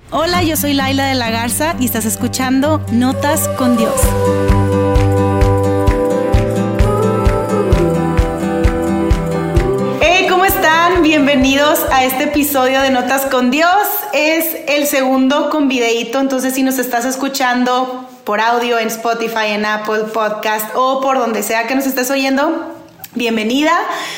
Hola, yo soy Laila de la Garza y estás escuchando Notas con Dios. Hey, ¿cómo están? Bienvenidos a este episodio de Notas con Dios. Es el segundo con videíto, entonces si nos estás escuchando por audio en Spotify, en Apple Podcast o por donde sea que nos estés oyendo, bienvenida.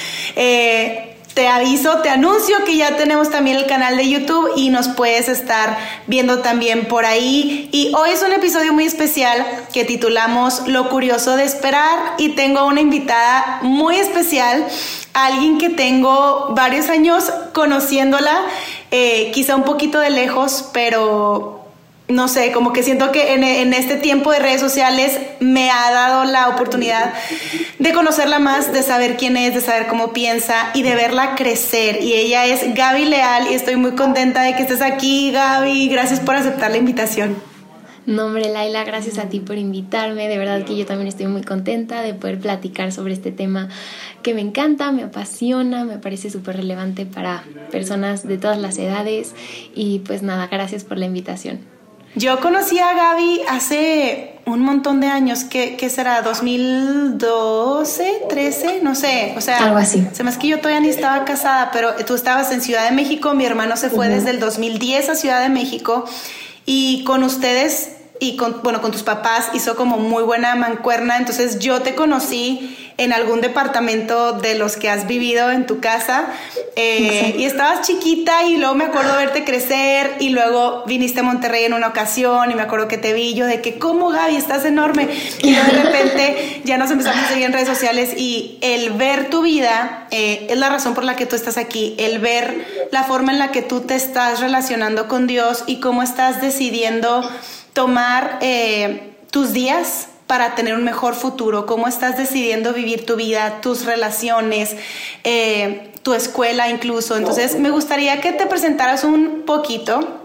Te aviso, te anuncio que ya tenemos también el canal de YouTube y nos puedes estar viendo también por ahí. Y hoy es un episodio muy especial que titulamos Lo curioso de esperar y tengo una invitada muy especial, alguien que tengo varios años conociéndola, quizá un poquito de lejos, pero no sé, como que siento que en este tiempo de redes sociales me ha dado la oportunidad de conocerla más, de saber quién es, de saber cómo piensa y de verla crecer. Y ella es Gaby Leal y estoy muy contenta de que estés aquí, Gaby. Gracias por aceptar la invitación. No, hombre, Laila, gracias a ti por invitarme. De verdad que yo también estoy muy contenta de poder platicar sobre este tema que me encanta, me apasiona, me parece súper relevante para personas de todas las edades. Y pues nada, gracias por la invitación. Yo conocí a Gaby hace un montón de años, ¿qué será? ¿2012? ¿13? No sé, o sea, algo así. Se me hace que yo todavía ni estaba casada, pero tú estabas en Ciudad de México, mi hermano se fue desde el 2010 a Ciudad de México y con ustedes y con tus papás hizo como muy buena mancuerna, entonces yo te conocí en algún departamento de los que has vivido en tu casa y estabas chiquita y luego me acuerdo verte crecer y luego viniste a Monterrey en una ocasión y me acuerdo que te vi yo de que ¿cómo, Gaby? Estás enorme y luego de repente ya nos empezamos a seguir en redes sociales y el ver tu vida es la razón por la que tú estás aquí, el ver la forma en la que tú te estás relacionando con Dios y cómo estás decidiendo tomar tus días para tener un mejor futuro, cómo estás decidiendo vivir tu vida, tus relaciones, tu escuela incluso. Entonces me gustaría que te presentaras un poquito,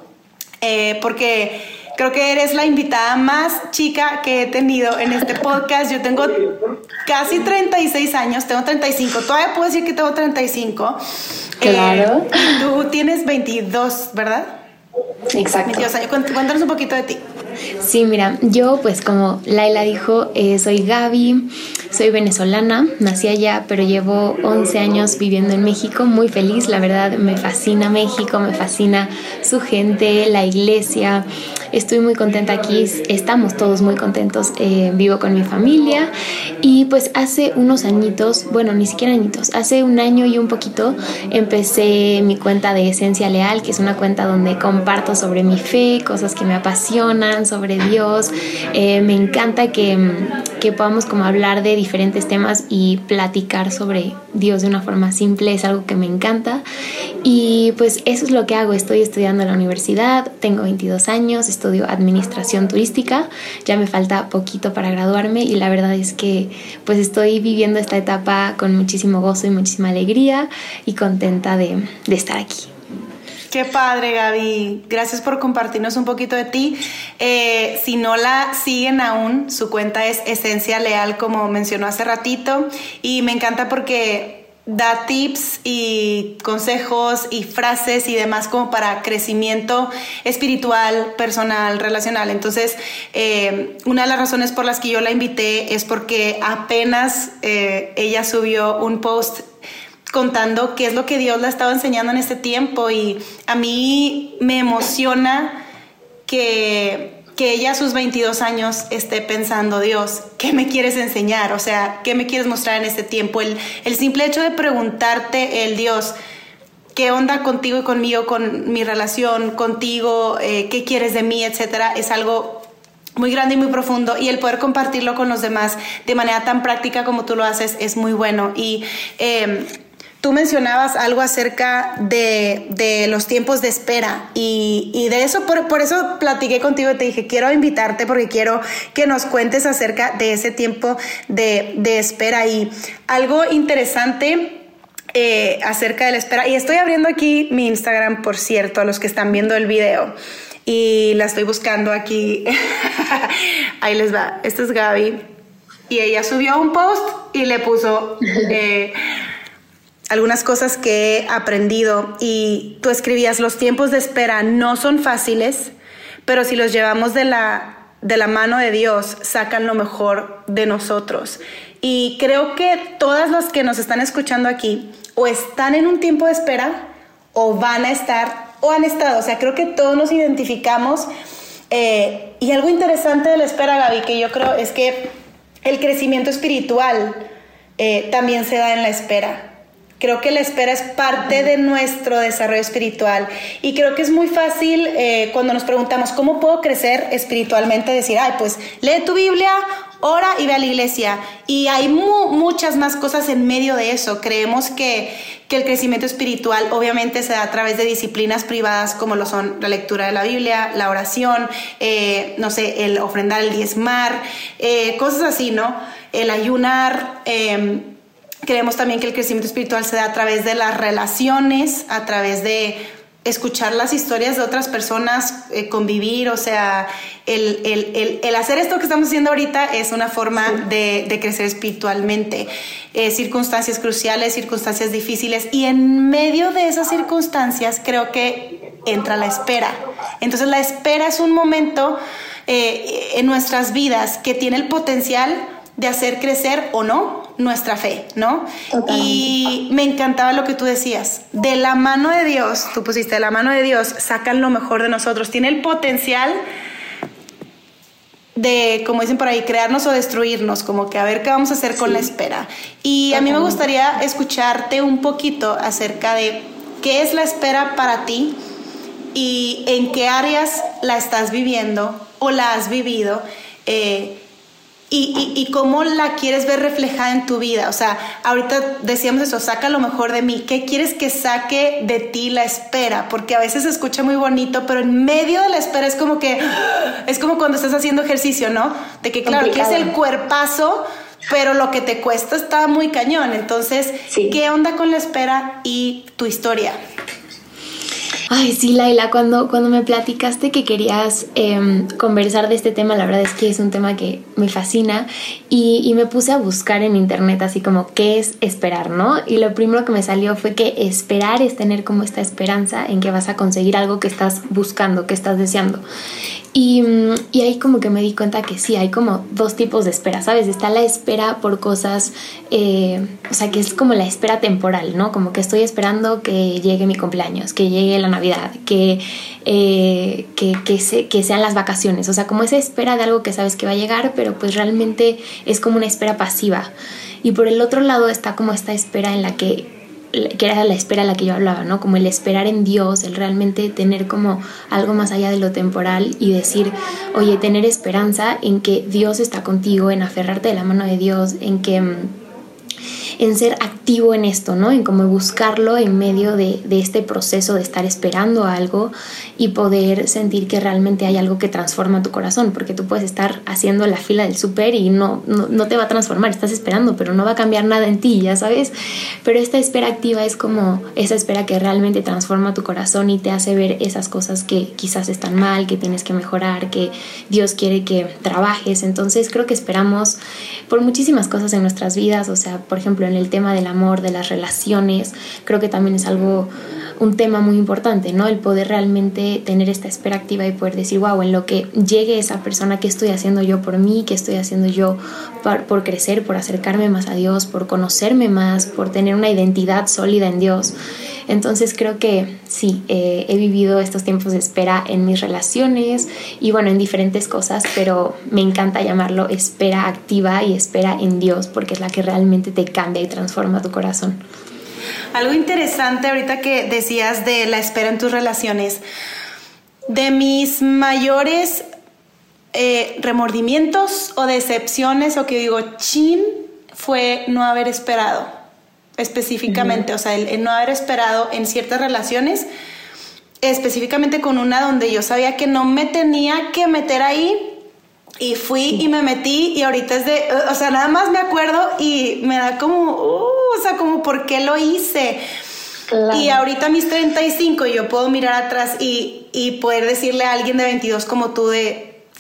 porque creo que eres la invitada más chica que he tenido en este podcast. Yo tengo casi 36 años, tengo 35, todavía puedo decir que tengo 35. Claro. Y tú tienes 22, ¿verdad? Exacto. 22 años. Cuéntanos un poquito de ti. Sí, mira, yo pues como Laila dijo, soy Gaby, soy venezolana, nací allá, pero llevo 11 años viviendo en México, muy feliz, la verdad me fascina México, me fascina su gente, la iglesia, estoy muy contenta aquí, estamos todos muy contentos, vivo con mi familia y pues hace unos añitos, bueno, ni siquiera añitos, hace un año y un poquito empecé mi cuenta de Esencia Leal, que es una cuenta donde comparto sobre mi fe, cosas que me apasionan, sobre Dios. Me encanta que podamos como hablar de diferentes temas y platicar sobre Dios de una forma simple, es algo que me encanta y pues eso es lo que hago. Estoy estudiando en la universidad, tengo 22 años, estudio administración turística, ya me falta poquito para graduarme y la verdad es que pues estoy viviendo esta etapa con muchísimo gozo y muchísima alegría y contenta de estar aquí. Qué padre, Gaby. Gracias por compartirnos un poquito de ti. Si no la siguen aún, su cuenta es Esencia Leal, como mencionó hace ratito. Y me encanta porque da tips y consejos y frases y demás como para crecimiento espiritual, personal, relacional. Entonces, una de las razones por las que yo la invité es porque apenas ella subió un post contando qué es lo que Dios le ha estado enseñando en este tiempo y a mí me emociona que ella a sus 22 años esté pensando, Dios, ¿qué me quieres enseñar? O sea, ¿qué me quieres mostrar en este tiempo? El simple hecho de preguntarte, Dios, ¿qué onda contigo y conmigo, con mi relación contigo? ¿Qué quieres de mí? Etcétera, es algo muy grande y muy profundo y el poder compartirlo con los demás de manera tan práctica como tú lo haces es muy bueno. Y tú mencionabas algo acerca de los tiempos de espera y de eso, por eso platiqué contigo y te dije, quiero invitarte porque quiero que nos cuentes acerca de ese tiempo de espera. Y algo interesante acerca de la espera, y estoy abriendo aquí mi Instagram, por cierto, a los que están viendo el video, y la estoy buscando aquí. Ahí les va, esta es Gaby, y ella subió un post y le puso... algunas cosas que he aprendido, y tú escribías: los tiempos de espera no son fáciles, pero si los llevamos de la mano de Dios, sacan lo mejor de nosotros. Y creo que todas las que nos están escuchando aquí o están en un tiempo de espera o van a estar o han estado. O sea, creo que todos nos identificamos. Y algo interesante de la espera, Gaby, que yo creo es que el crecimiento espiritual también se da en la espera. Creo que la espera es parte de nuestro desarrollo espiritual, y creo que es muy fácil cuando nos preguntamos ¿cómo puedo crecer espiritualmente? Decir: ay, pues lee tu Biblia, ora y ve a la iglesia. Y hay muchas más cosas en medio de eso. Creemos que el crecimiento espiritual obviamente se da a través de disciplinas privadas, como lo son la lectura de la Biblia, la oración, no sé, el ofrendar, el diezmar, cosas así, ¿no? El ayunar. Creemos también que el crecimiento espiritual se da a través de las relaciones, a través de escuchar las historias de otras personas, convivir. O sea, el hacer esto que estamos haciendo ahorita es una forma de crecer espiritualmente. Circunstancias cruciales, circunstancias difíciles, y en medio de esas circunstancias creo que entra la espera. Entonces la espera es un momento en nuestras vidas que tiene el potencial de hacer crecer o no nuestra fe, ¿no? Totalmente. Y me encantaba lo que tú decías. De la mano de Dios, tú pusiste: de la mano de Dios sacan lo mejor de nosotros. Tiene el potencial de, como dicen por ahí, crearnos o destruirnos, como que a ver qué vamos a hacer con la espera. Y totalmente. A mí me gustaría escucharte un poquito acerca de qué es la espera para ti y en qué áreas la estás viviendo o la has vivido, y cómo la quieres ver reflejada en tu vida. O sea, ahorita decíamos eso: saca lo mejor de mí. ¿Qué quieres que saque de ti la espera? Porque a veces se escucha muy bonito, pero en medio de la espera es como cuando estás haciendo ejercicio, ¿no? De que claro, quieres el cuerpazo, pero lo que te cuesta está muy cañón. Entonces, ¿qué onda con la espera y tu historia? Ay, sí, Laila, cuando me platicaste que querías conversar de este tema, la verdad es que es un tema que me fascina, y me puse a buscar en internet así como qué es esperar, ¿no? Y lo primero que me salió fue que esperar es tener como esta esperanza en que vas a conseguir algo que estás buscando, que estás deseando. Y ahí como que me di cuenta que sí, hay como dos tipos de espera, ¿sabes? Está la espera por cosas, o sea, que es como la espera temporal, ¿no? Como que estoy esperando que llegue mi cumpleaños, que llegue la Navidad, que sean las vacaciones. O sea, como esa espera de algo que sabes que va a llegar, pero pues realmente es como una espera pasiva. Y por el otro lado está como esta espera en la que era la espera a la que yo hablaba, ¿no? Como el esperar en Dios, el realmente tener como algo más allá de lo temporal y decir, oye, tener esperanza en que Dios está contigo, en aferrarte de la mano de Dios, en ser activo en esto, ¿no? En como buscarlo en medio de este proceso de estar esperando algo y poder sentir que realmente hay algo que transforma tu corazón, porque tú puedes estar haciendo la fila del súper y no te va a transformar, estás esperando, pero no va a cambiar nada en ti, ya sabes. Pero esta espera activa es como esa espera que realmente transforma tu corazón y te hace ver esas cosas que quizás están mal, que tienes que mejorar, que Dios quiere que trabajes. Entonces creo que esperamos por muchísimas cosas en nuestras vidas. O sea, por ejemplo, en el tema del amor, de las relaciones, creo que también es un tema muy importante, ¿no? El poder realmente tener esta espera activa y poder decir, wow, en lo que llegue esa persona, ¿qué estoy haciendo yo por mí? ¿Qué estoy haciendo yo por crecer, por acercarme más a Dios, por conocerme más, por tener una identidad sólida en Dios? Entonces creo que sí, he vivido estos tiempos de espera en mis relaciones y bueno, en diferentes cosas, pero me encanta llamarlo espera activa y espera en Dios, porque es la que realmente te cambia y transforma tu corazón. Algo interesante ahorita que decías de la espera en tus relaciones, de mis mayores remordimientos o decepciones, o que digo, chin, fue no haber esperado específicamente. O sea, el no haber esperado en ciertas relaciones, específicamente con una donde yo sabía que no me tenía que meter ahí, y fui y me metí, y ahorita es o sea, nada más me acuerdo y me da como, o sea, como ¿por qué lo hice? Claro. Y ahorita a mis 35 yo puedo mirar atrás y poder decirle a alguien de 22 como tú de,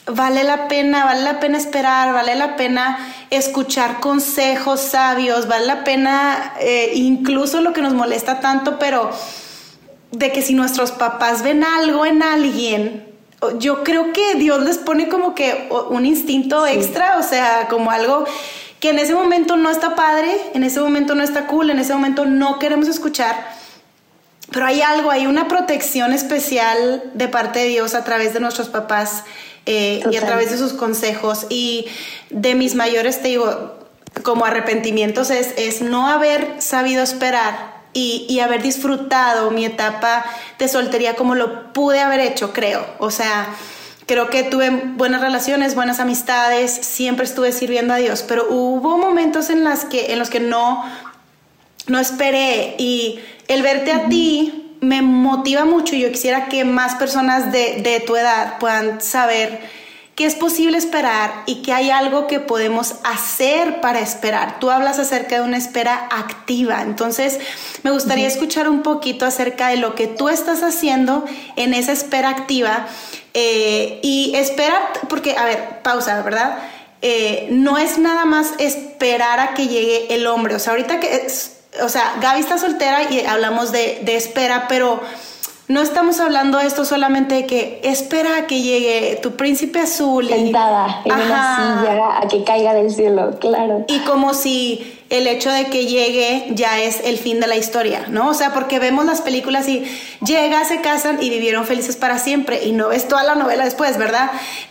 vale la pena esperar, vale la pena escuchar consejos sabios, vale la pena incluso lo que nos molesta tanto, pero de que si nuestros papás ven algo en alguien, yo creo que Dios les pone como que un instinto extra, o sea, como algo que en ese momento no está padre, en ese momento no está cool, en ese momento no queremos escuchar. Pero hay algo, hay una protección especial de parte de Dios a través de nuestros papás y a través de sus consejos. Y de mis mayores, te digo, como arrepentimientos es no haber sabido esperar y haber disfrutado mi etapa de soltería como lo pude haber hecho, creo. O sea, creo que tuve buenas relaciones, buenas amistades, siempre estuve sirviendo a Dios, pero hubo momentos en los que no esperé, y el verte a ti me motiva mucho, y yo quisiera que más personas de tu edad puedan saber que es posible esperar y que hay algo que podemos hacer para esperar. Tú hablas acerca de una espera activa, entonces me gustaría escuchar un poquito acerca de lo que tú estás haciendo en esa espera activa, y espera, porque, a ver, pausa, ¿verdad? No es nada más esperar a que llegue el hombre, o sea, ahorita Gaby está soltera y hablamos de espera, pero no estamos hablando de esto solamente de que espera a que llegue tu príncipe azul. Sentada en una silla a que caiga del cielo, claro. Y como si el hecho de que llegue ya es el fin de la historia, ¿no? O sea, porque vemos las películas y llega, se casan y vivieron felices para siempre, y no ves toda la novela después, ¿verdad?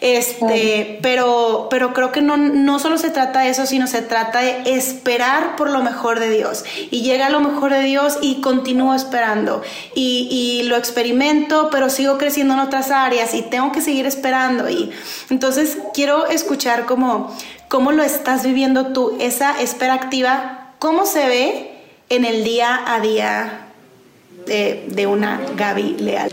Pero creo que no solo se trata de eso, sino se trata de esperar por lo mejor de Dios. Y llega lo mejor de Dios y continúo esperando. Y lo experimento, pero sigo creciendo en otras áreas y tengo que seguir esperando. Y entonces quiero escuchar cómo lo estás viviendo tú, esa espera activa, cómo se ve en el día a día de una Gaby Leal.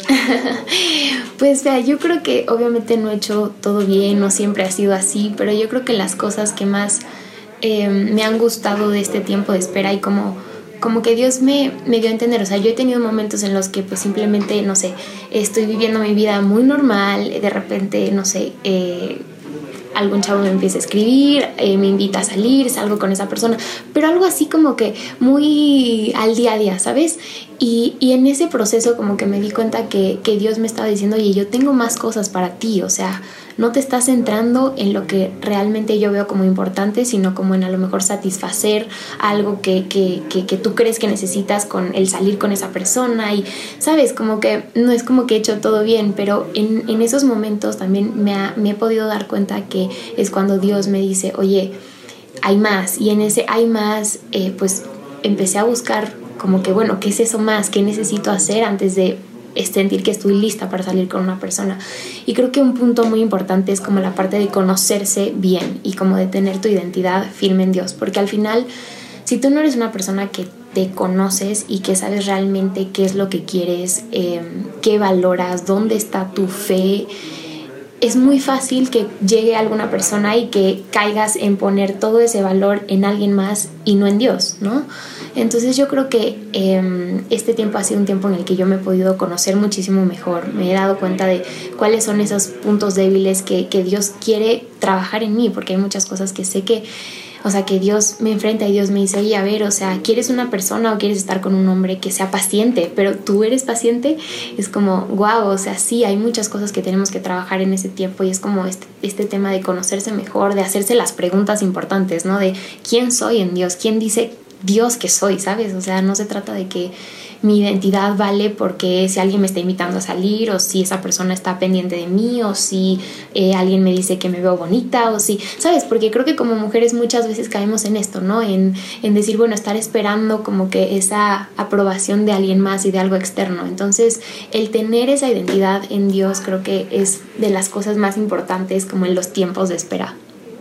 Pues vea, yo creo que obviamente no he hecho todo bien, no siempre ha sido así, pero yo creo que las cosas que más me han gustado de este tiempo de espera, y como que Dios me dio a entender, o sea, yo he tenido momentos en los que pues simplemente, no sé, estoy viviendo mi vida muy normal, de repente, no sé, algún chavo me empieza a escribir, me invita a salir, salgo con esa persona, pero algo así como que muy al día a día, ¿sabes? Y en ese proceso como que me di cuenta que Dios me estaba diciendo, oye, yo tengo más cosas para ti, o sea, no te estás centrando en lo que realmente yo veo como importante, sino como en a lo mejor satisfacer algo que tú crees que necesitas con el salir con esa persona. Y, ¿sabes? Como que no es como que he hecho todo bien, pero en esos momentos también me he podido dar cuenta que es cuando Dios me dice, oye, hay más. Y en ese hay más, pues empecé a buscar como que, bueno, ¿qué es eso más? ¿Qué necesito hacer antes de sentir que estoy lista para salir con una persona? Y creo que un punto muy importante es como la parte de conocerse bien y como de tener tu identidad firme en Dios, porque al final, si tú no eres una persona que te conoces y que sabes realmente qué es lo que quieres, qué valoras, dónde está tu fe, es muy fácil que llegue alguna persona y que caigas en poner todo ese valor en alguien más y no en Dios, ¿no? Entonces yo creo que este tiempo ha sido un tiempo en el que yo me he podido conocer muchísimo mejor. Me he dado cuenta de cuáles son esos puntos débiles que Dios quiere trabajar en mí, porque hay muchas cosas que sé que, o sea, que Dios me enfrenta y Dios me dice, oye, a ver, o sea, ¿quieres una persona o quieres estar con un hombre que sea paciente? Pero tú eres paciente. Es como, wow, o sea, sí, hay muchas cosas que tenemos que trabajar en ese tiempo, y es como este tema de conocerse mejor, de hacerse las preguntas importantes, ¿no? De quién soy en Dios, quién dice Dios que soy, ¿sabes? O sea, no se trata de que mi identidad vale porque si alguien me está invitando a salir, o si esa persona está pendiente de mí, o si alguien me dice que me veo bonita, o si, ¿sabes? Porque creo que como mujeres muchas veces caemos en esto, ¿no? En decir, bueno, estar esperando como que esa aprobación de alguien más y de algo externo. Entonces, el tener esa identidad en Dios creo que es de las cosas más importantes como en los tiempos de espera.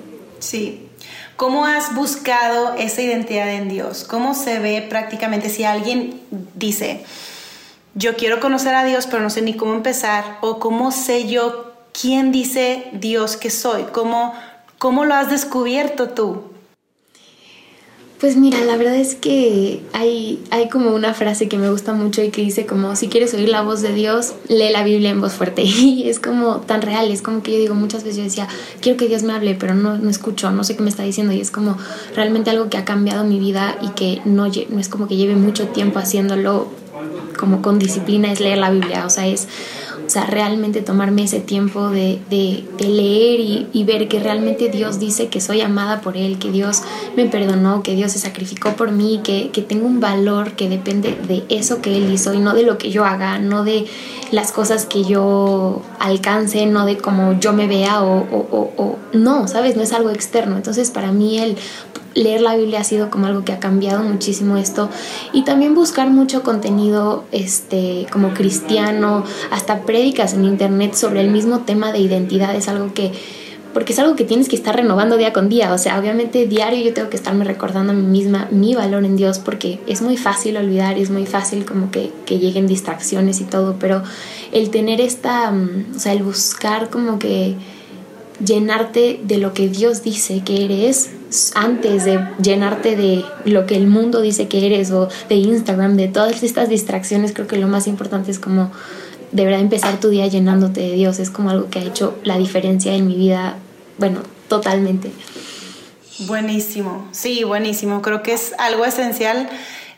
Sí. ¿Cómo has buscado esa identidad en Dios? ¿Cómo se ve prácticamente si alguien dice, yo quiero conocer a Dios, pero no sé ni cómo empezar? ¿O cómo sé yo quién dice Dios que soy? ¿Cómo lo has descubierto tú? Pues mira, la verdad es que hay como una frase que me gusta mucho y que dice como, si quieres oír la voz de Dios, lee la Biblia en voz fuerte. Y es como tan real, es como que yo digo, muchas veces yo decía, quiero que Dios me hable, pero no escucho, no sé qué me está diciendo. Y es como realmente algo que ha cambiado mi vida y que no es como que lleve mucho tiempo haciéndolo como con disciplina, es leer la Biblia. O sea, realmente tomarme ese tiempo de leer y ver que realmente Dios dice que soy amada por Él, que Dios me perdonó, que Dios se sacrificó por mí, que tengo un valor que depende de eso que Él hizo y no de lo que yo haga, no de las cosas que yo alcance, no de cómo yo me vea o no, ¿sabes? No es algo externo. Entonces, para mí el leer la Biblia ha sido como algo que ha cambiado muchísimo esto, y también buscar mucho contenido como cristiano, hasta prédicas en internet sobre el mismo tema de identidad. Porque es algo que tienes que estar renovando día con día. O sea, obviamente diario yo tengo que estarme recordando a mí misma mi valor en Dios, porque es muy fácil olvidar y es muy fácil como que lleguen distracciones y todo, pero el tener el buscar como que llenarte de lo que Dios dice que eres antes de llenarte de lo que el mundo dice que eres, o de Instagram, de todas estas distracciones. Creo que lo más importante es como de verdad empezar tu día llenándote de Dios. Es como algo que ha hecho la diferencia en mi vida, bueno, totalmente. Buenísimo, sí, buenísimo. Creo que es algo esencial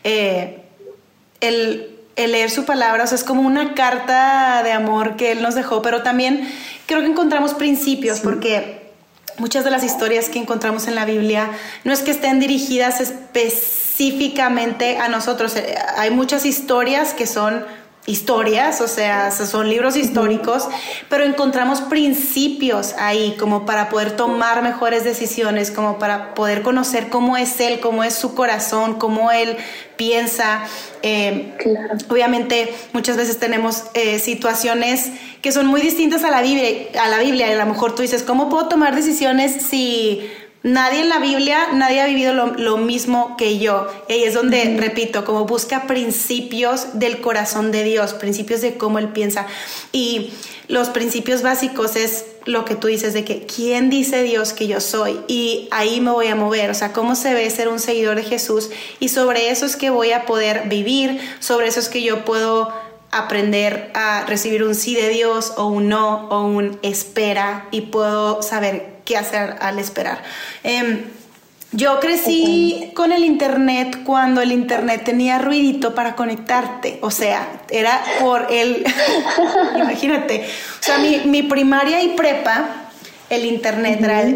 el leer su palabra. O sea, es como una carta de amor que Él nos dejó, pero también creo que encontramos principios, sí. Porque muchas de las historias que encontramos en la Biblia no es que estén dirigidas específicamente a nosotros. Hay muchas historias que son historias, o sea, son libros históricos, pero encontramos principios ahí como para poder tomar mejores decisiones, como para poder conocer cómo es Él, cómo es su corazón, cómo Él piensa. Claro. Obviamente muchas veces tenemos situaciones que son muy distintas a la Biblia, y a lo mejor tú dices, ¿cómo puedo tomar decisiones si nadie en la Biblia, nadie ha vivido lo mismo que yo? Y es donde, repito, como busca principios del corazón de Dios, principios de cómo Él piensa. Y los principios básicos es lo que tú dices de que ¿quién dice Dios que yo soy? Y ahí me voy a mover, o sea, cómo se ve ser un seguidor de Jesús, y sobre eso es que voy a poder vivir, sobre eso es que yo puedo aprender a recibir un sí de Dios o un no o un espera, y puedo saber qué hacer al esperar. Yo crecí con el internet cuando el internet tenía ruidito para conectarte, o sea, era por el imagínate, o sea, mi primaria y prepa, el internet era el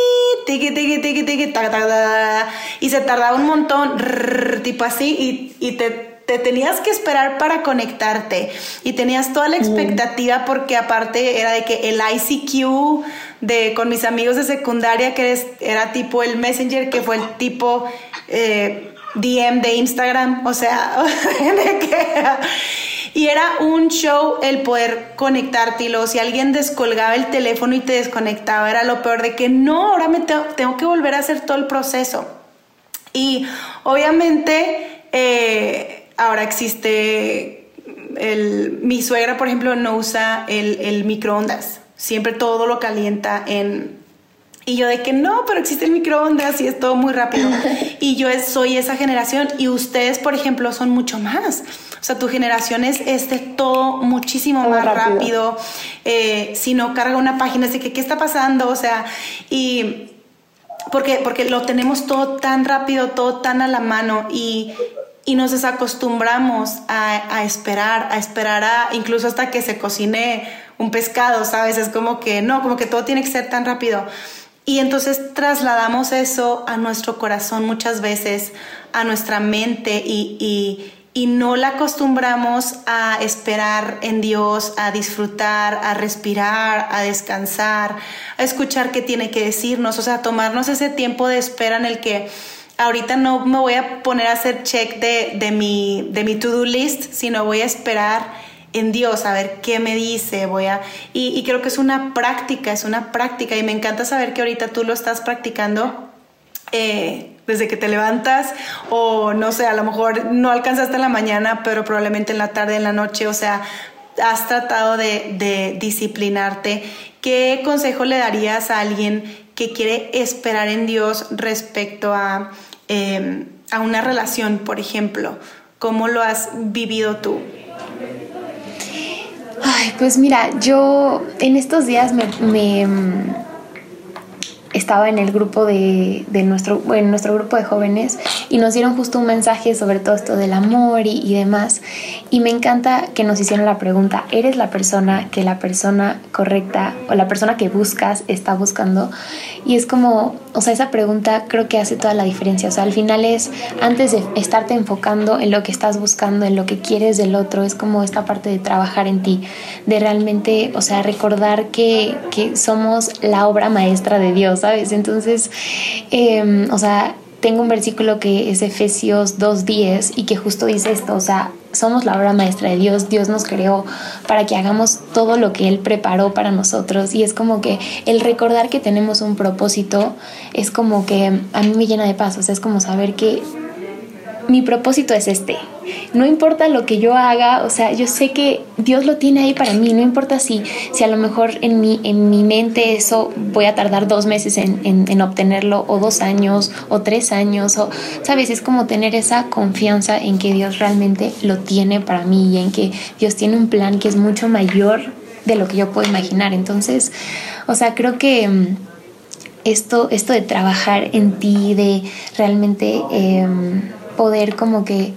y se tardaba un montón, tipo así, y te tenías que esperar para conectarte, y tenías toda la expectativa, porque aparte era de que el ICQ con mis amigos de secundaria, que era tipo el Messenger, que fue el tipo DM de Instagram, o sea, y era un show el poder conectarte, y luego si alguien descolgaba el teléfono y te desconectaba, era lo peor, de que no, ahora tengo que volver a hacer todo el proceso. Y obviamente ahora existe mi suegra, por ejemplo, no usa el microondas, siempre todo lo calienta y yo de que no, pero existe el microondas y es todo muy rápido. Y yo soy esa generación, y ustedes, por ejemplo, son mucho más. O sea, tu generación es todo muchísimo más rápido. Si no carga una página, así que ¿qué está pasando? O sea, y porque lo tenemos todo tan rápido, todo tan a la mano, y nos desacostumbramos a esperar incluso hasta que se cocine un pescado, ¿sabes? Es como que no, como que todo tiene que ser tan rápido. Y entonces trasladamos eso a nuestro corazón muchas veces, a nuestra mente, y no la acostumbramos a esperar en Dios, a disfrutar, a respirar, a descansar, a escuchar qué tiene que decirnos, o sea, tomarnos ese tiempo de espera en el que ahorita no me voy a poner a hacer check de mi to-do list, sino voy a esperar en Dios, a ver qué me dice, y creo que es una práctica, y me encanta saber que ahorita tú lo estás practicando desde que te levantas, o no sé, a lo mejor no alcanzaste en la mañana, pero probablemente en la tarde, en la noche, o sea, has tratado de disciplinarte. ¿Qué consejo le darías a alguien que quiere esperar en Dios respecto a a una relación, por ejemplo. ¿Cómo lo has vivido tú? Ay, pues mira, yo en estos días me estaba en el grupo en nuestro grupo de jóvenes, y nos dieron justo un mensaje sobre todo esto del amor y demás, y me encanta que nos hicieron la pregunta: ¿eres la persona que la persona correcta o la persona que buscas está buscando? Y es como, o sea, esa pregunta creo que hace toda la diferencia. O sea, al final es, antes de estarte enfocando en lo que estás buscando, en lo que quieres del otro, es como esta parte de trabajar en ti, de realmente, o sea, recordar que somos la obra maestra de Dios, ¿sabes? Entonces, o sea, tengo un versículo que es Efesios 2:10 y que justo dice esto, o sea, somos la obra maestra de Dios. Dios nos creó para que hagamos todo lo que Él preparó para nosotros, y es como que el recordar que tenemos un propósito es como que a mí me llena de paz. O sea, es como saber que mi propósito es este. No importa lo que yo haga, o sea, yo sé que Dios lo tiene ahí para mí. No importa si a lo mejor en mi mente eso voy a tardar 2 meses en obtenerlo, o 2 años, o 3 años, o, ¿sabes? Es como tener esa confianza en que Dios realmente lo tiene para mí, y en que Dios tiene un plan que es mucho mayor de lo que yo puedo imaginar. Entonces, o sea, creo que esto de trabajar en ti, de realmente poder como que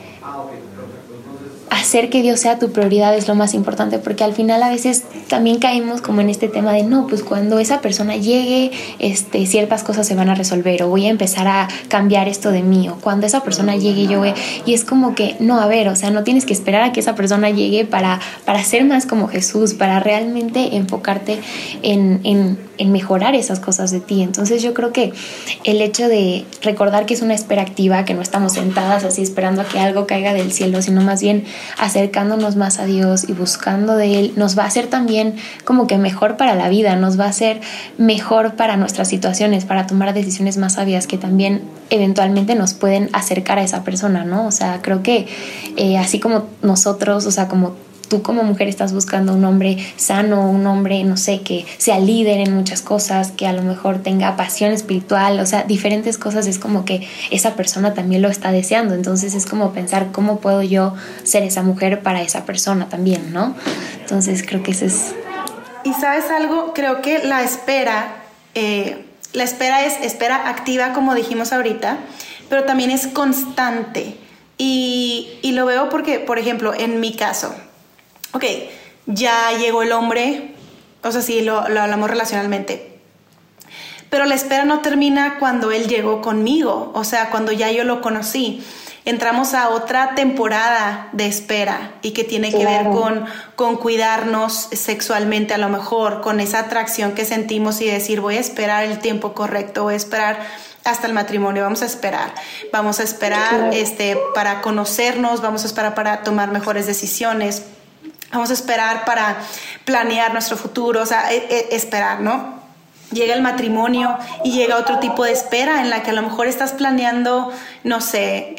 hacer que Dios sea tu prioridad es lo más importante, porque al final a veces también caemos como en este tema de no, pues cuando esa persona llegue, ciertas cosas se van a resolver, o voy a empezar a cambiar esto de mí, o cuando esa persona llegue y es como que no, a ver, o sea, no tienes que esperar a que esa persona llegue para ser más como Jesús, para realmente enfocarte en mejorar esas cosas de ti. Entonces yo creo que el hecho de recordar que es una espera activa, que no estamos sentadas así esperando a que algo caiga del cielo, sino más bien acercándonos más a Dios y buscando de Él, nos va a hacer también como que mejor para la vida, nos va a hacer mejor para nuestras situaciones, para tomar decisiones más sabias que también eventualmente nos pueden acercar a esa persona, ¿no? O sea, creo que así como nosotros, o sea, como tú como mujer estás buscando un hombre sano, un hombre, no sé, que sea líder en muchas cosas, que a lo mejor tenga pasión espiritual, o sea, diferentes cosas, es como que esa persona también lo está deseando. Entonces es como pensar cómo puedo yo ser esa mujer para esa persona también, ¿no? Entonces creo que eso es... Y ¿sabes algo? Creo que la espera es espera activa, como dijimos ahorita, pero también es constante. Y lo veo porque, por ejemplo, en mi caso, ok, ya llegó el hombre, o sea, sí, lo hablamos relacionalmente, pero la espera no termina cuando él llegó conmigo, o sea, cuando ya yo lo conocí. Entramos a otra temporada de espera, y que tiene que ver con cuidarnos sexualmente, a lo mejor, con esa atracción que sentimos, y decir, voy a esperar el tiempo correcto, voy a esperar hasta el matrimonio, vamos a esperar para conocernos, vamos a esperar para tomar mejores decisiones, vamos a esperar para planear nuestro futuro, o sea, esperar, ¿no? Llega el matrimonio y llega otro tipo de espera en la que a lo mejor estás planeando, no sé,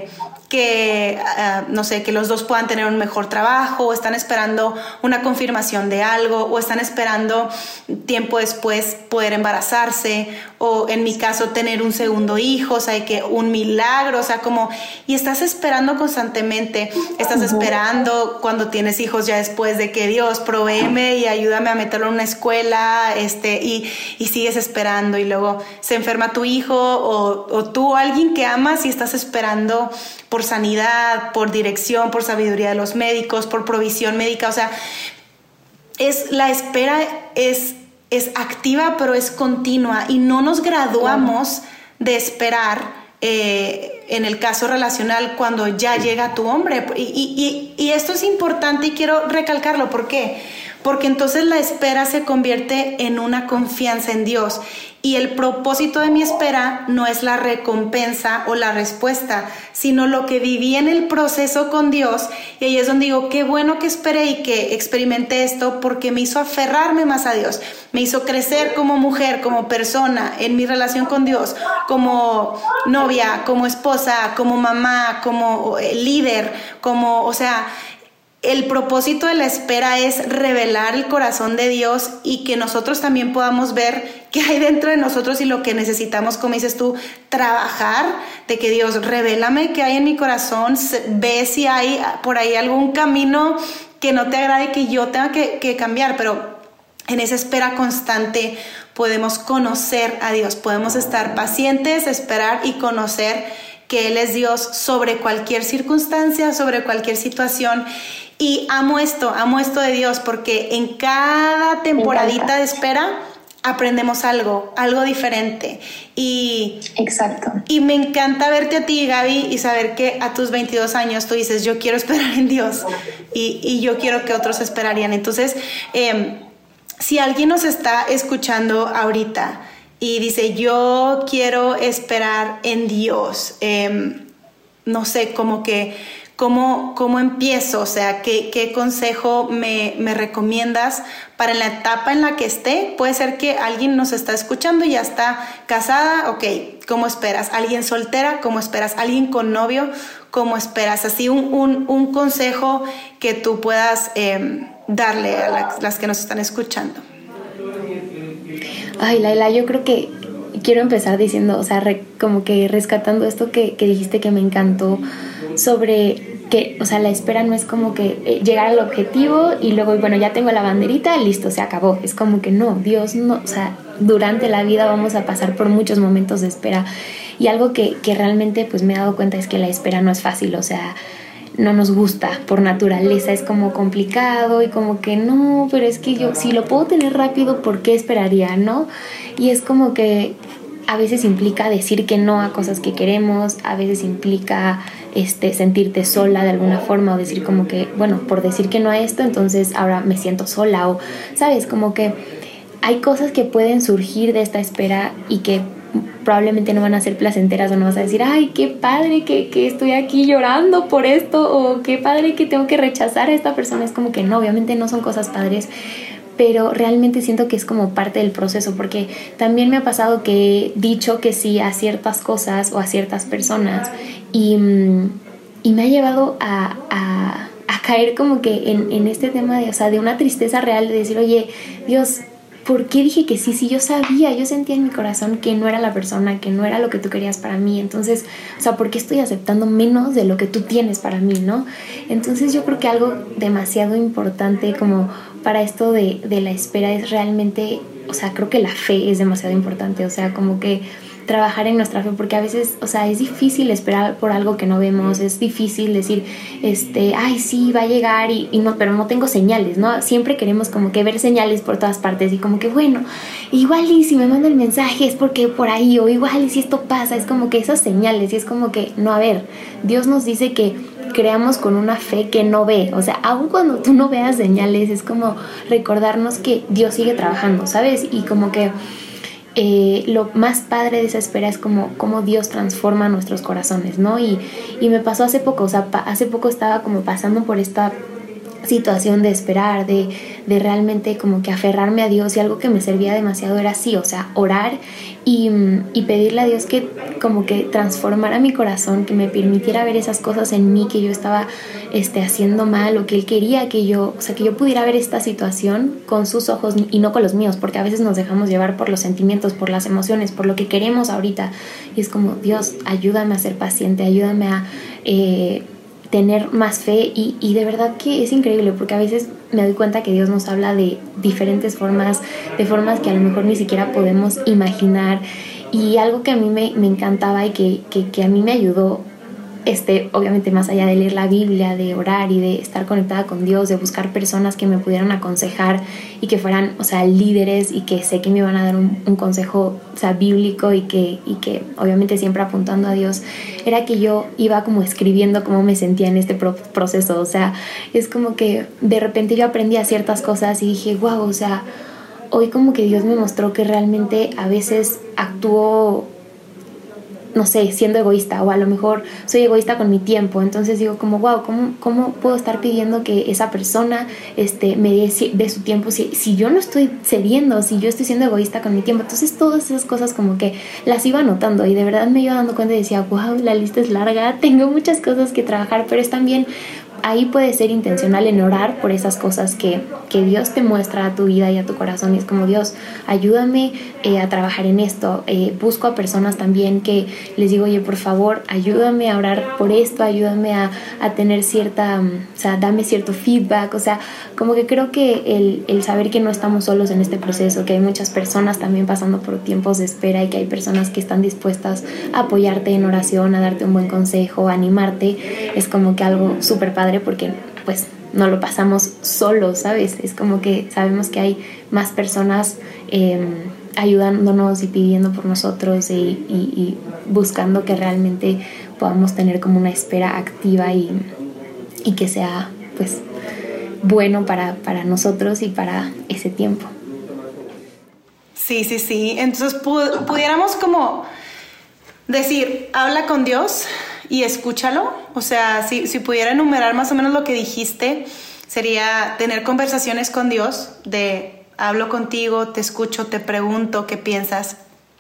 que los dos puedan tener un mejor trabajo, o están esperando una confirmación de algo, o están esperando tiempo después poder embarazarse, o en mi caso tener un segundo hijo, o sea, que un milagro, o sea, como, y estás esperando constantemente, estás esperando cuando tienes hijos ya después de que Dios provéeme y ayúdame a meterlo en una escuela, y sigues esperando, y luego se enferma tu hijo, o tú, alguien que amas, y estás esperando por sanidad, por dirección, por sabiduría de los médicos, por provisión médica. O sea, la espera es activa, pero es continua, y no nos graduamos de esperar en el caso relacional cuando ya llega tu hombre. Y esto es importante y quiero recalcarlo. ¿Por qué? Porque entonces la espera se convierte en una confianza en Dios, y el propósito de mi espera no es la recompensa o la respuesta, sino lo que viví en el proceso con Dios. Y ahí es donde digo, qué bueno que esperé y que experimenté esto, porque me hizo aferrarme más a Dios, me hizo crecer como mujer, como persona, en mi relación con Dios, como novia, como esposa, como mamá, como líder, como, o sea, el propósito de la espera es revelar el corazón de Dios y que nosotros también podamos ver qué hay dentro de nosotros y lo que necesitamos, como dices tú, trabajar, de que Dios, revélame qué hay en mi corazón, ve si hay por ahí algún camino que no te agrade, que yo tenga que cambiar, pero en esa espera constante podemos conocer a Dios, podemos estar pacientes, esperar y conocer que Él es Dios sobre cualquier circunstancia, sobre cualquier situación. Y amo esto de Dios, porque en cada temporadita de espera aprendemos algo diferente. Exacto. Y me encanta verte a ti, Gaby, y saber que a tus 22 años tú dices, yo quiero esperar en Dios y yo quiero que otros esperarían. Entonces, si alguien nos está escuchando ahorita y dice, yo quiero esperar en Dios, no sé, como que ¿Cómo empiezo? O sea, ¿qué consejo me recomiendas para en la etapa en la que esté? Puede ser que alguien nos está escuchando y ya está casada, ok, ¿cómo esperas? ¿Alguien soltera? ¿Cómo esperas? ¿Alguien con novio? ¿Cómo esperas? Así un consejo que tú puedas darle a las que nos están escuchando. Ay, Laila, yo creo que quiero empezar diciendo, o sea, como que rescatando esto que dijiste que me encantó, sobre que, o sea, la espera no es como que llegar al objetivo y luego, bueno, ya tengo la banderita, listo, se acabó. Es como que no, Dios no, o sea, durante la vida vamos a pasar por muchos momentos de espera. Y algo que realmente pues me he dado cuenta es que la espera no es fácil, o sea, no nos gusta por naturaleza, es como complicado y como que no, pero es que yo, si lo puedo tener rápido, ¿por qué esperaría, no? Y es como que a veces implica decir que no a cosas que queremos, a veces implica sentirte sola de alguna forma o decir como que, bueno, por decir que no a esto, entonces ahora me siento sola o, ¿sabes? Como que hay cosas que pueden surgir de esta espera y que probablemente no van a ser placenteras o no vas a decir, ay, qué padre que estoy aquí llorando por esto o qué padre que tengo que rechazar a esta persona. Es como que no, obviamente no son cosas padres, pero realmente siento que es como parte del proceso, porque también me ha pasado que he dicho que sí a ciertas cosas o a ciertas personas y me ha llevado a caer como que en este tema de, o sea, de una tristeza real de decir, oye, Dios, ¿por qué dije que sí? Sí, yo sabía, yo sentía en mi corazón que no era la persona, que no era lo que tú querías para mí. Entonces, o sea, ¿por qué estoy aceptando menos de lo que tú tienes para mí, no? Entonces yo creo que algo demasiado importante como para esto de la espera es realmente, o sea, creo que la fe es demasiado importante, o sea, como que trabajar en nuestra fe, porque a veces, o sea, es difícil esperar por algo que no vemos, es difícil decir, ay, sí, va a llegar y no, pero no tengo señales, ¿no? Siempre queremos como que ver señales por todas partes y como que, bueno, igual y si me manda el mensaje es porque por ahí, o igual y si esto pasa, es como que esas señales y es como que, no, a ver, Dios nos dice que creamos con una fe que no ve, o sea, aun cuando tú no veas señales, es como recordarnos que Dios sigue trabajando, ¿sabes? Y como que lo más padre de esa espera es como Dios transforma nuestros corazones, ¿no? Y me pasó hace poco, o sea, hace poco estaba como pasando por esta situación de esperar, de realmente como que aferrarme a Dios, y algo que me servía demasiado era así, o sea, orar y pedirle a Dios que como que transformara mi corazón, que me permitiera ver esas cosas en mí que yo estaba haciendo mal, o que Él quería que yo, o sea, que yo pudiera ver esta situación con sus ojos y no con los míos, porque a veces nos dejamos llevar por los sentimientos, por las emociones, por lo que queremos ahorita, y es como, Dios, ayúdame a ser paciente, ayúdame a tener más fe, y de verdad que es increíble, porque a veces me doy cuenta que Dios nos habla de diferentes formas, de formas que a lo mejor ni siquiera podemos imaginar. Y algo que a mí me encantaba y que a mí me ayudó, obviamente más allá de leer la Biblia, de orar y de estar conectada con Dios, de buscar personas que me pudieran aconsejar y que fueran, o sea, líderes, y que sé que me iban a dar un consejo, o sea, bíblico, y que obviamente siempre apuntando a Dios, era que yo iba como escribiendo cómo me sentía en este proceso. O sea, es como que de repente yo aprendía ciertas cosas y dije, wow, o sea, hoy como que Dios me mostró que realmente a veces actúo, no sé, siendo egoísta, o a lo mejor soy egoísta con mi tiempo. Entonces digo como, wow, ¿cómo puedo estar pidiendo que esa persona me dé su tiempo si yo no estoy cediendo, si yo estoy siendo egoísta con mi tiempo? Entonces todas esas cosas como que las iba anotando, y de verdad me iba dando cuenta y decía, wow, la lista es larga, tengo muchas cosas que trabajar, pero es también ahí puedes ser intencional en orar por esas cosas que Dios te muestra a tu vida y a tu corazón. Y es como, Dios, ayúdame a trabajar en esto. Busco a personas también que les digo, oye, por favor, ayúdame a orar por esto, ayúdame a tener cierta, o sea, dame cierto feedback. O sea, como que creo que el saber que no estamos solos en este proceso, que hay muchas personas también pasando por tiempos de espera y que hay personas que están dispuestas a apoyarte en oración, a darte un buen consejo, a animarte, es como que algo súper padre porque pues no lo pasamos solos, ¿sabes? Es como que sabemos que hay más personas ayudándonos y pidiendo por nosotros y buscando que realmente podamos tener como una espera activa y que sea pues bueno para nosotros y para ese tiempo. Sí. Entonces pudiéramos como decir, habla con Dios y escúchalo. O sea, si pudiera enumerar más o menos lo que dijiste, sería tener conversaciones con Dios de hablo contigo, te escucho, te pregunto qué piensas.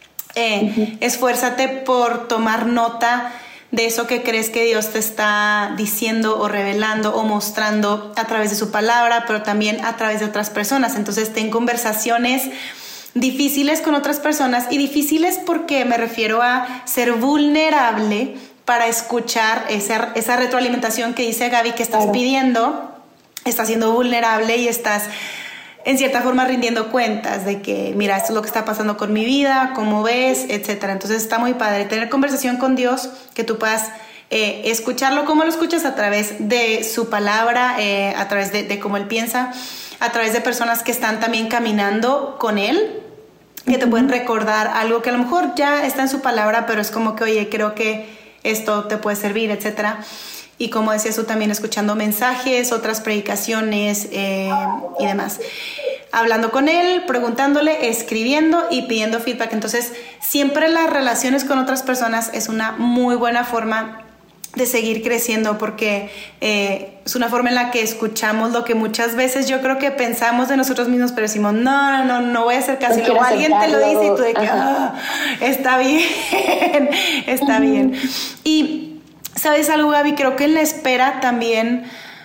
Esfuérzate por tomar nota de eso que crees que Dios te está diciendo o revelando o mostrando a través de su palabra, pero también a través de otras personas. Entonces, ten conversaciones difíciles con otras personas, y difíciles porque me refiero a ser vulnerable para escuchar esa retroalimentación que dice Gaby que estás pidiendo. Estás siendo vulnerable y estás en cierta forma rindiendo cuentas de que mira, esto es lo que está pasando con mi vida, cómo ves, etcétera. Entonces está muy padre tener conversación con Dios, que tú puedas escucharlo. ¿Cómo lo escuchas? A través de su palabra, a través de cómo Él piensa, a través de personas que están también caminando con Él, que te pueden recordar algo que a lo mejor ya está en su palabra, pero es como que, oye, creo que esto te puede servir, etcétera. Y como decías tú, también escuchando mensajes, otras predicaciones y demás. Hablando con Él, preguntándole, escribiendo y pidiendo feedback. Entonces, siempre las relaciones con otras personas es una muy buena forma de seguir creciendo, porque es una forma en la que escuchamos lo que muchas veces yo creo que pensamos de nosotros mismos, pero decimos, no voy a hacer caso. Y luego alguien te lo dice y tú de que, está bien, está bien. Y ¿sabes algo, Gaby? Creo que en la espera también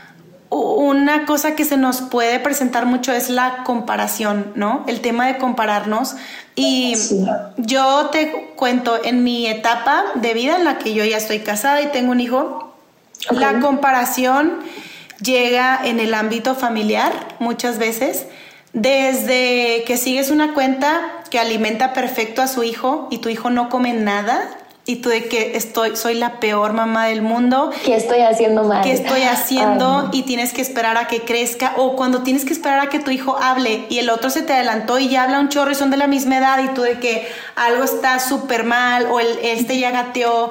una cosa que se nos puede presentar mucho es la comparación, ¿no? El tema de compararnos. Y yo te cuento, en mi etapa de vida en la que yo ya estoy casada y tengo un hijo, la comparación llega en el ámbito familiar muchas veces. Desde que sigues una cuenta que alimenta perfecto a su hijo y tu hijo no come nada, y tú de que soy la peor mamá del mundo. ¿Qué estoy haciendo mal? ¿Qué estoy haciendo? Y tienes que esperar a que crezca. O cuando tienes que esperar a que tu hijo hable y el otro se te adelantó y ya habla un chorro y son de la misma edad, y tú de que algo está súper mal, o este ya gateó,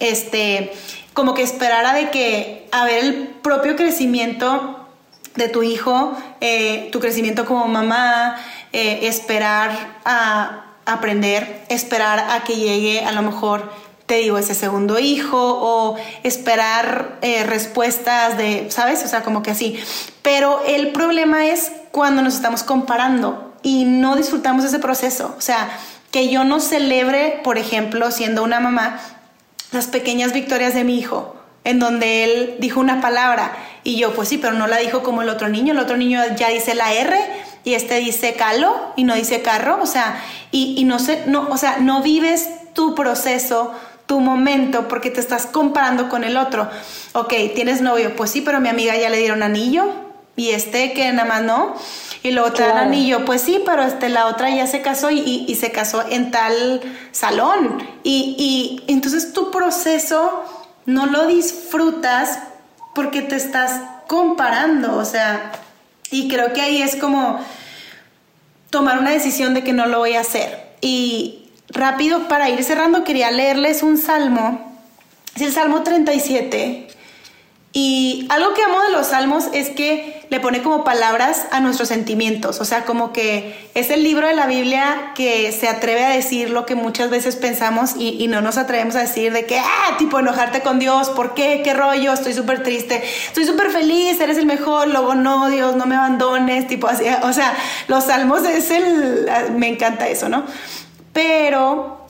como que esperara de que a ver el propio crecimiento de tu hijo, tu crecimiento como mamá, esperar a aprender, esperar a que llegue a lo mejor, te digo, ese segundo hijo, o esperar respuestas de, ¿sabes? O sea, como que así. Pero el problema es cuando nos estamos comparando y no disfrutamos ese proceso. O sea, que yo no celebre, por ejemplo, siendo una mamá, las pequeñas victorias de mi hijo, en donde él dijo una palabra y yo, pues sí, pero no la dijo como el otro niño. El otro niño ya dice la R y dice calo y no dice carro. O sea, y no sé, no, o sea, no vives tu proceso, tu momento, porque te estás comparando con el otro. Ok, tienes novio, pues sí, pero a mi amiga ya le dieron anillo y que nada más no. Y luego te dan anillo, pues sí, pero la otra ya se casó y se casó en tal salón. Y entonces tu proceso no lo disfrutas porque te estás comparando. O sea, y creo que ahí es como tomar una decisión de que no lo voy a hacer. Y rápido, para ir cerrando, quería leerles un salmo. Es el Salmo 37. Y algo que amo de los salmos es que le pone como palabras a nuestros sentimientos. O sea, como que es el libro de la Biblia que se atreve a decir lo que muchas veces pensamos y no nos atrevemos a decir, de que, tipo enojarte con Dios, ¿por qué? ¿Qué rollo? Estoy súper triste, estoy súper feliz, eres el mejor, luego no, Dios, no me abandones, tipo así. O sea, los salmos me encanta eso, ¿no? Pero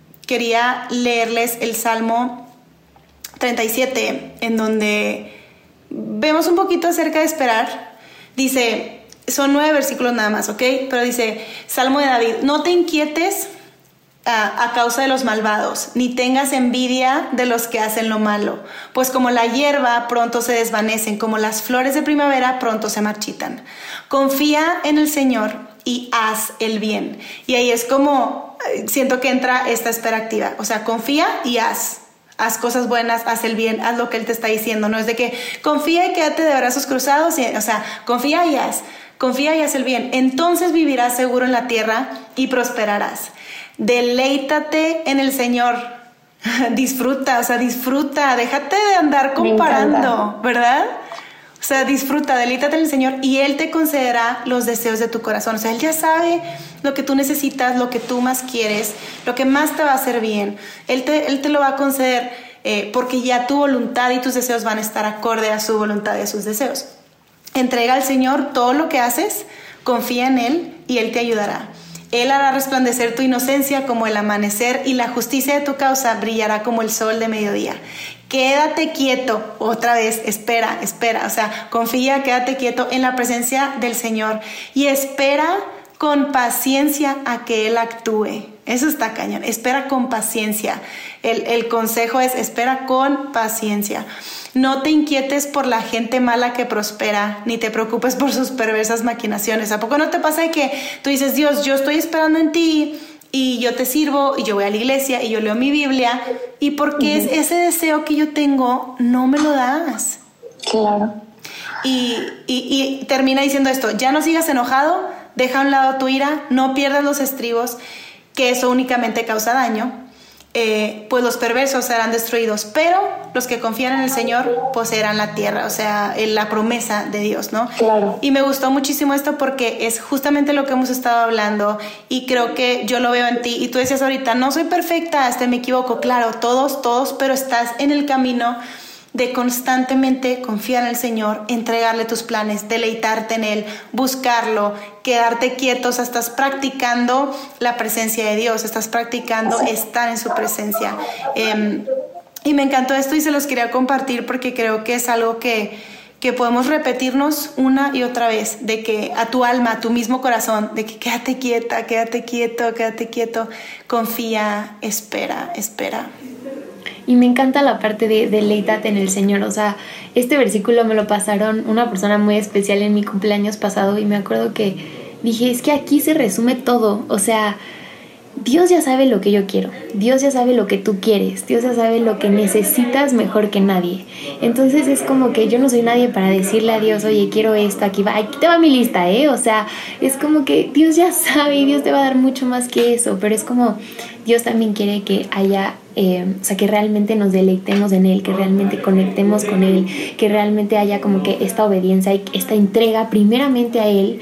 quería leerles el Salmo 37, en donde vemos un poquito acerca de esperar. Dice, son 9 versículos nada más, ¿ok? Pero dice, Salmo de David, no te inquietes a causa de los malvados, ni tengas envidia de los que hacen lo malo, pues como la hierba pronto se desvanecen, como las flores de primavera pronto se marchitan. Confía en el Señor y haz el bien. Y ahí es como, siento que entra esta espera activa, o sea, confía y haz cosas buenas, haz el bien, haz lo que Él te está diciendo. No es de que confía y quédate de brazos cruzados, o sea, confía y haz el bien. Entonces vivirás seguro en la tierra y prosperarás. Deleítate en el Señor. Disfruta, déjate de andar comparando, ¿verdad? O sea, disfruta, deleítate en el Señor y Él te concederá los deseos de tu corazón. O sea, Él ya sabe lo que tú necesitas, lo que tú más quieres, lo que más te va a hacer bien. Él te lo va a conceder porque ya tu voluntad y tus deseos van a estar acorde a su voluntad y a sus deseos. Entrega al Señor todo lo que haces, confía en Él y Él te ayudará. Él hará resplandecer tu inocencia como el amanecer y la justicia de tu causa brillará como el sol de mediodía. Quédate quieto, otra vez, espera, o sea, confía, quédate quieto en la presencia del Señor y espera con paciencia a que Él actúe. Eso está cañón, espera con paciencia. El consejo es espera con paciencia. No te inquietes por la gente mala que prospera, ni te preocupes por sus perversas maquinaciones. ¿A poco no te pasa que tú dices, Dios, yo estoy esperando en ti y yo te sirvo y yo voy a la iglesia y yo leo mi Biblia y porque es ese deseo que yo tengo, no me lo das? Claro. Y termina diciendo esto, ya no sigas enojado, deja a un lado tu ira, no pierdas los estribos, que eso únicamente causa daño. Pues los perversos serán destruidos, pero los que confían en el Señor poseerán la tierra, o sea, la promesa de Dios, ¿no? Claro. Y me gustó muchísimo esto porque es justamente lo que hemos estado hablando y creo que yo lo veo en ti y tú decías ahorita, no soy perfecta, hasta me equivoco, claro, todos, pero estás en el camino de constantemente confiar en el Señor, entregarle tus planes, deleitarte en Él, buscarlo, quedarte quietos, estás practicando la presencia de Dios, estás practicando estar en su presencia. Y me encantó esto y se los quería compartir porque creo que es algo que podemos repetirnos una y otra vez, de que a tu alma, a tu mismo corazón, de que quédate quieta, quédate quieto, confía, espera. Y me encanta la parte de deleítate en el Señor. O sea, este versículo me lo pasaron una persona muy especial en mi cumpleaños pasado y me acuerdo que dije, es que aquí se resume todo. O sea, Dios ya sabe lo que yo quiero, Dios ya sabe lo que tú quieres, Dios ya sabe lo que necesitas mejor que nadie. Entonces es como que yo no soy nadie para decirle a Dios, oye, quiero esto, aquí te va mi lista, O sea, es como que Dios ya sabe y Dios te va a dar mucho más que eso, pero es como Dios también quiere que haya, o sea, que realmente nos deleitemos en Él, que realmente conectemos con Él, que realmente haya como que esta obediencia y esta entrega primeramente a Él.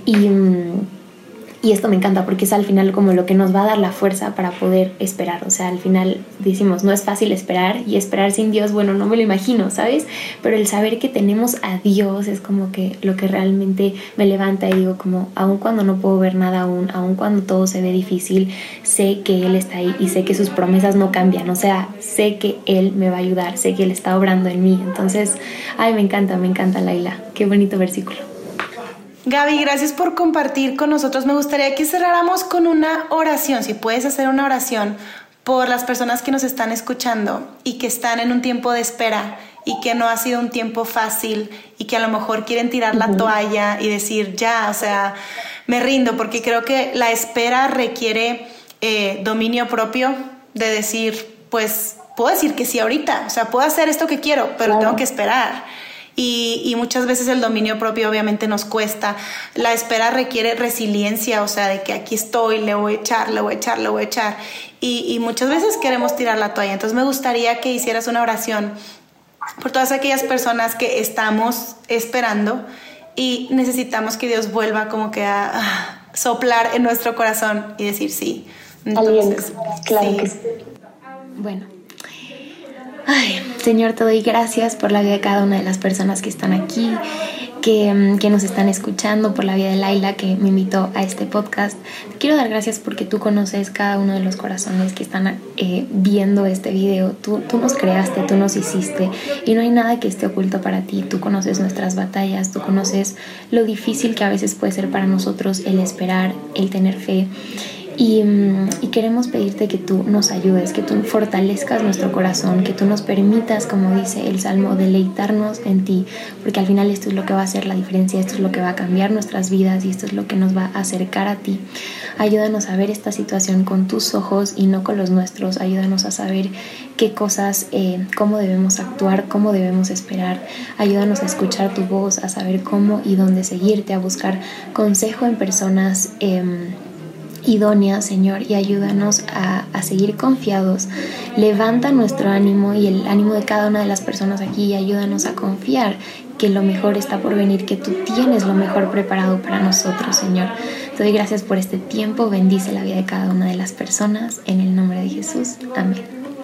Y esto me encanta porque es al final como lo que nos va a dar la fuerza para poder esperar. O sea, al final decimos, no es fácil esperar y esperar sin Dios, bueno, no me lo imagino, ¿sabes? Pero el saber que tenemos a Dios es como que lo que realmente me levanta y digo como, aun cuando no puedo ver nada aun cuando todo se ve difícil, sé que Él está ahí y sé que sus promesas no cambian. O sea, sé que Él me va a ayudar, sé que Él está obrando en mí. Entonces, ay, me encanta, Laila. Qué bonito versículo. Gaby, gracias por compartir con nosotros. Me gustaría que cerráramos con una oración, si puedes hacer una oración por las personas que nos están escuchando y que están en un tiempo de espera y que no ha sido un tiempo fácil y que a lo mejor quieren tirar la toalla y decir ya, o sea, me rindo, porque creo que la espera requiere dominio propio de decir, pues puedo decir que sí ahorita, o sea, puedo hacer esto que quiero, pero tengo que esperar. Y muchas veces el dominio propio obviamente nos cuesta. La espera requiere resiliencia, o sea, de que aquí estoy, le voy a echar. Y muchas veces queremos tirar la toalla. Entonces me gustaría que hicieras una oración por todas aquellas personas que estamos esperando y necesitamos que Dios vuelva como que a soplar en nuestro corazón y decir sí. Entonces, claro que sí. Bueno. Ay, Señor, te doy gracias por la vida de cada una de las personas que están aquí. que nos están escuchando, por la vida de Laila, que me invitó a este podcast. Te quiero dar gracias porque tú conoces cada uno de los corazones que están viendo este video. Tú nos creaste, tú nos hiciste y no hay nada que esté oculto para ti. Tú conoces nuestras batallas, tú conoces lo difícil que a veces puede ser para nosotros el esperar, el tener fe. Y queremos pedirte que tú nos ayudes, que tú fortalezcas nuestro corazón, que tú nos permitas, como dice el Salmo, deleitarnos en ti, porque al final esto es lo que va a hacer la diferencia, esto es lo que va a cambiar nuestras vidas y esto es lo que nos va a acercar a ti. Ayúdanos a ver esta situación con tus ojos y no con los nuestros. Ayúdanos a saber qué cosas, cómo debemos actuar, cómo debemos esperar. Ayúdanos a escuchar tu voz, a saber cómo y dónde seguirte, a buscar consejo en personas idónea, Señor, y ayúdanos a seguir confiados. Levanta nuestro ánimo y el ánimo de cada una de las personas aquí y ayúdanos a confiar que lo mejor está por venir, que tú tienes lo mejor preparado para nosotros, Señor. Te doy gracias por este tiempo. Bendice la vida de cada una de las personas. En el nombre de Jesús. Amén.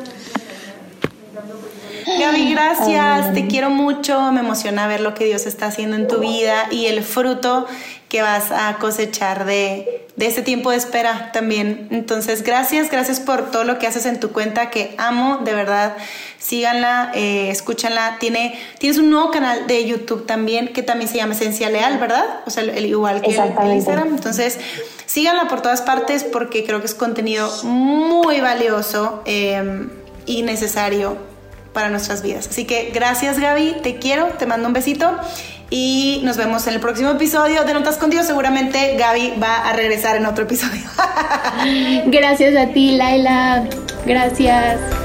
Gaby, gracias. Te quiero mucho. Me emociona ver lo que Dios está haciendo en tu vida y el fruto que vas a cosechar de este tiempo de espera también. Entonces, gracias por todo lo que haces en tu cuenta, que amo, de verdad. Síganla, escúchanla. Tienes un nuevo canal de YouTube también, que también se llama Esencia Leal, ¿verdad? O sea, igual que el Instagram. Entonces, síganla por todas partes porque creo que es contenido muy valioso y necesario para nuestras vidas. Así que gracias, Gaby, te quiero, te mando un besito y nos vemos en el próximo episodio de Notas con Dios. Seguramente Gaby va a regresar en otro episodio. Gracias a ti, Laila. Gracias.